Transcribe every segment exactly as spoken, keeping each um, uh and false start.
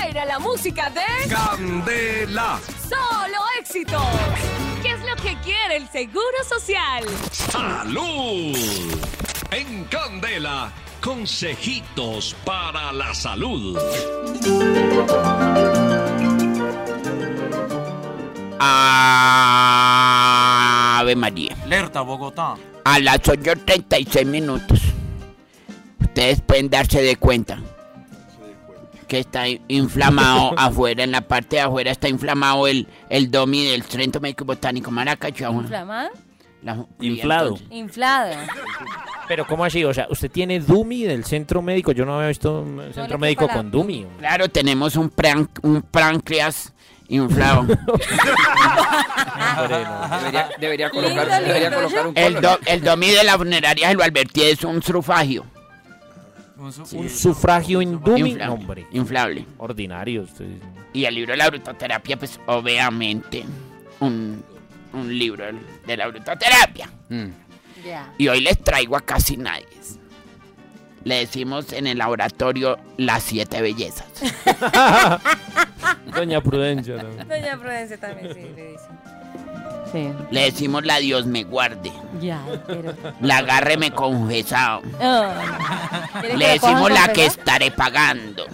era la música de Candela. Solo Éxitos. ¿Qué es lo que quiere el Seguro Social? ¡Salud! En Candela, consejitos para la salud. Ave María. Alerta, Bogotá. A las ocho treinta y seis minutos. Ustedes pueden darse de cuenta que está inflamado afuera, en la parte de afuera está inflamado el, el domi del Centro Médico Botánico Maracaibo. ¿Inflamado? La, Inflado. entonces, Inflado. Pero ¿cómo así? O sea, ¿usted tiene Dumi del centro médico? Yo no había visto un centro le médico quepa la- con Dumi. claro, tenemos un, pran- un páncreas inflado. Hombre, no. Debería, debería colocar, Lindo, lindo. debería colocar un El, color. do- el domi de la funeraria de lo Alberti es un sufragio Un, su- Un sufragio en Dumi. inflable. Hombre, inflable. ordinario. Usted. Y el libro de la brutoterapia, pues obviamente un, un libro del- de la brutoterapia. Mm. Ya. Y hoy les traigo a casi nadie. Le decimos en el laboratorio las siete bellezas. Doña Prudencia. ¿no? Doña Prudencia también, sí, le dice. Sí. Le decimos la Dios me guarde. Ya, pero... La agárreme confesado. Oh, ¿quiere Le que lo cojan decimos la con que pesar? estaré pagando.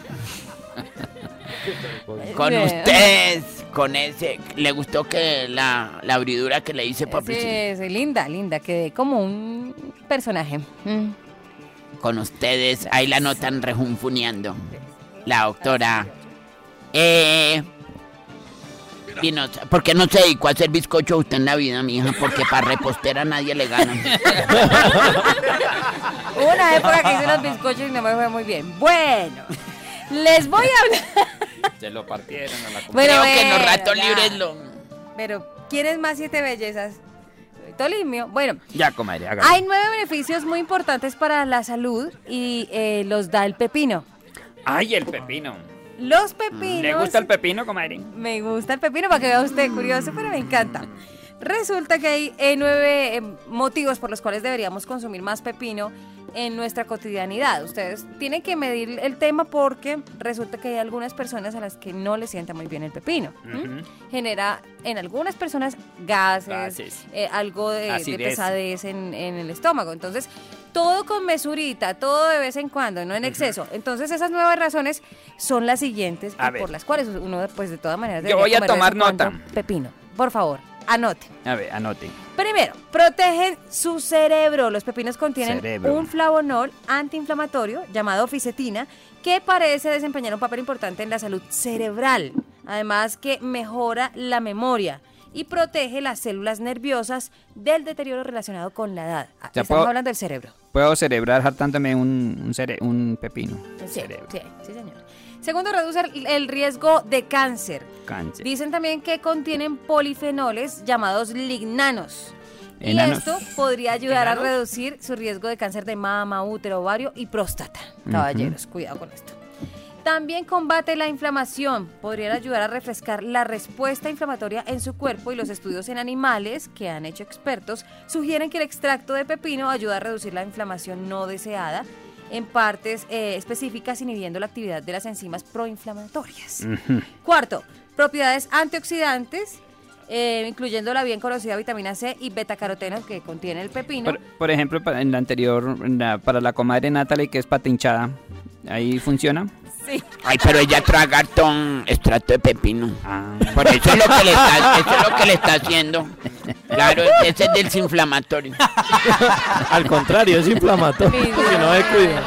Con Bien. ustedes, con ese. ¿Le gustó que la, la abridura que le hice, papi? Sí, sí, linda, linda, quedé como un personaje. Mm. Con ustedes, ahí la notan rejunfuneando. La doctora. Eh. Y no, ¿por qué no se dedicó a hacer bizcocho usted en la vida, mija? Porque para repostera nadie le gana. Hubo una época que hice los bizcochos y no me fue muy bien. Bueno, les voy a hablar. Se lo partieron a la Bueno, Creo que en los bueno, ratos ya. libres lo. Pero, ¿quieres más siete bellezas? Tolimio. Bueno, Ya, comadre, hágalo. hay nueve beneficios muy importantes para la salud y eh, los da el pepino. Ay, el pepino. Los pepinos. ¿Le gusta el pepino, comadre? Me gusta el pepino para que vea usted curioso, pero me encanta. Resulta que hay eh, nueve eh, motivos por los cuales deberíamos consumir más pepino en nuestra cotidianidad. Ustedes tienen que medir el tema porque resulta que hay algunas personas a las que no les sienta muy bien el pepino. ¿m? Ujú. Genera en algunas personas gases, Gases. eh, algo de, de Acidez. pesadez en, en el estómago. Entonces, todo con mesurita, todo de vez en cuando, no en exceso. Entonces, esas nueve razones son las siguientes A y ver. por las cuales uno, pues, de todas maneras, Yo debería voy a comer de tomar vez en cuando nota. pepino. Por favor, anote. A ver, anote. Primero, protegen su cerebro. Los pepinos contienen Cerebro. un flavonol antiinflamatorio llamado oficetina que parece desempeñar un papel importante en la salud cerebral. Además que mejora la memoria y protege las células nerviosas del deterioro relacionado con la edad. Ah, Ya Estamos puedo- hablando del cerebro. Puedo celebrar hartándome un, un, cere- un pepino. Sí, Cerebro. sí, sí, señor. Segundo, reduce el- el riesgo de cáncer. Cáncer. Dicen también que contienen polifenoles llamados lignanos. Y Enanos. esto podría ayudar ¿Enanos? a reducir su riesgo de cáncer de mama, útero, ovario y próstata. Caballeros, cuidado con esto. También combate la inflamación. Podrían ayudar a refrescar la respuesta inflamatoria en su cuerpo y los estudios en animales que han hecho expertos sugieren que el extracto de pepino ayuda a reducir la inflamación no deseada en partes eh, específicas, inhibiendo la actividad de las enzimas proinflamatorias. Ujú. Cuarto, propiedades antioxidantes, eh, incluyendo la bien conocida vitamina C y betacaroteno que contiene el pepino. Por, por ejemplo, para- en la anterior, en la- para la comadre Natalie, que es pata hinchada, ¿ahí funciona? Sí. Ay, pero ella traga hartón extracto de pepino. Ah. Por eso es lo que le está, eso es lo que le está haciendo. Claro, ese es desinflamatorio. Al contrario, es inflamatorio. Sí, Si no me cuidan.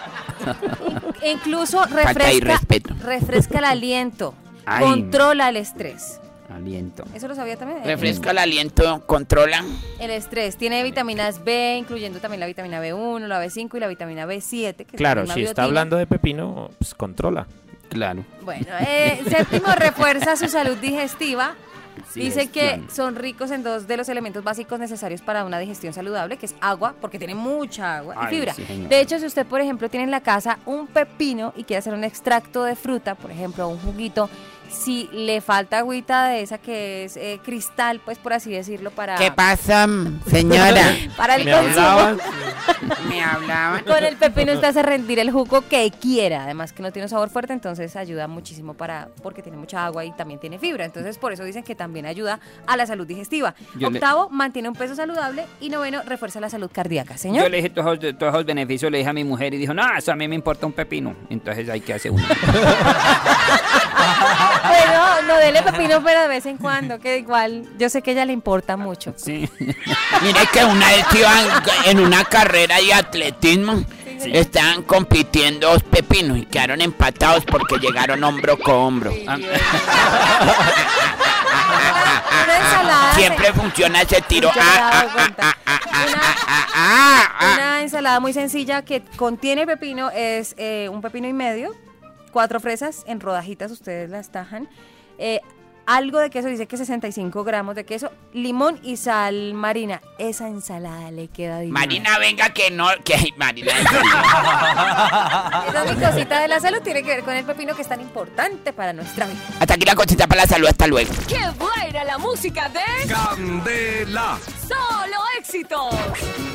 E incluso Falta de refresca, respeto. refresca el aliento, Ay. controla el estrés. Aliento. ¿Eso lo sabía también? Refresca el aliento, controla. El estrés tiene vitaminas B, incluyendo también la vitamina B uno, la B cinco y la vitamina B siete. Que es Claro, la misma si está biotina. hablando de pepino, pues controla. Claro. Bueno, eh, séptimo, refuerza su salud digestiva. Sí, Dice es que plan. son ricos en dos de los elementos básicos necesarios para una digestión saludable, que es agua, porque tiene mucha agua, y Ay, fibra. sí, señor. De hecho, si usted, por ejemplo, tiene en la casa un pepino y quiere hacer un extracto de fruta, por ejemplo, un juguito, Si le falta agüita de esa que es eh, cristal, pues por así decirlo, para... ¿Qué pasa, señora? Para el ¿Me consumo. hablaban? Me hablaban. Con el pepino usted hace rendir el jugo que quiera, además que no tiene un sabor fuerte, entonces ayuda muchísimo para porque tiene mucha agua y también tiene fibra, entonces por eso dicen que también ayuda a la salud digestiva. Yo le- Octavo, mantiene un peso saludable y noveno, refuerza la salud cardíaca, señor. Yo le dije todos, esos- todos esos beneficios, le dije a mi mujer y dijo, no, eso a mí me importa un pepino. Entonces hay que hacer uno. Bueno, no dele pepino, pero de vez en cuando, que igual yo sé que a ella le importa mucho. Sí. Mire que una vez iban en una carrera de atletismo, estaban compitiendo dos pepinos y quedaron empatados porque llegaron hombro con hombro. Una ensalada. Siempre funciona ese tiro. Ya me he Ah, dado ah, cuenta. ah, ah, ah, Una- ah, ah, ah, ah. Una ensalada muy sencilla que contiene pepino es eh, un pepino y medio, cuatro fresas en rodajitas, ustedes las tajan, eh, algo de queso, dice que sesenta y cinco gramos de queso, limón y sal marina. Esa ensalada le queda divina. Marina, venga que no, que ay, Marina. Esa es mi cosita de la salud, tiene que ver con el pepino que es tan importante para nuestra vida. Hasta aquí la cosita para la salud, hasta luego. ¡Qué buena la música de Candela. Solo Éxitos!